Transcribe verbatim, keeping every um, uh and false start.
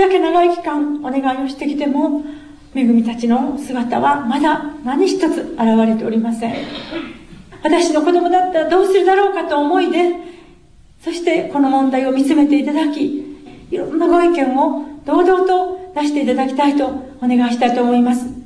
だけ長い期間お願いをしてきても、恵みたちの姿はまだ何一つ現れておりません。私の子供だったらどうするだろうかと思いで、そしてこの問題を見つめていただき、いろんなご意見を堂々と出していただきたいとお願いしたいと思います。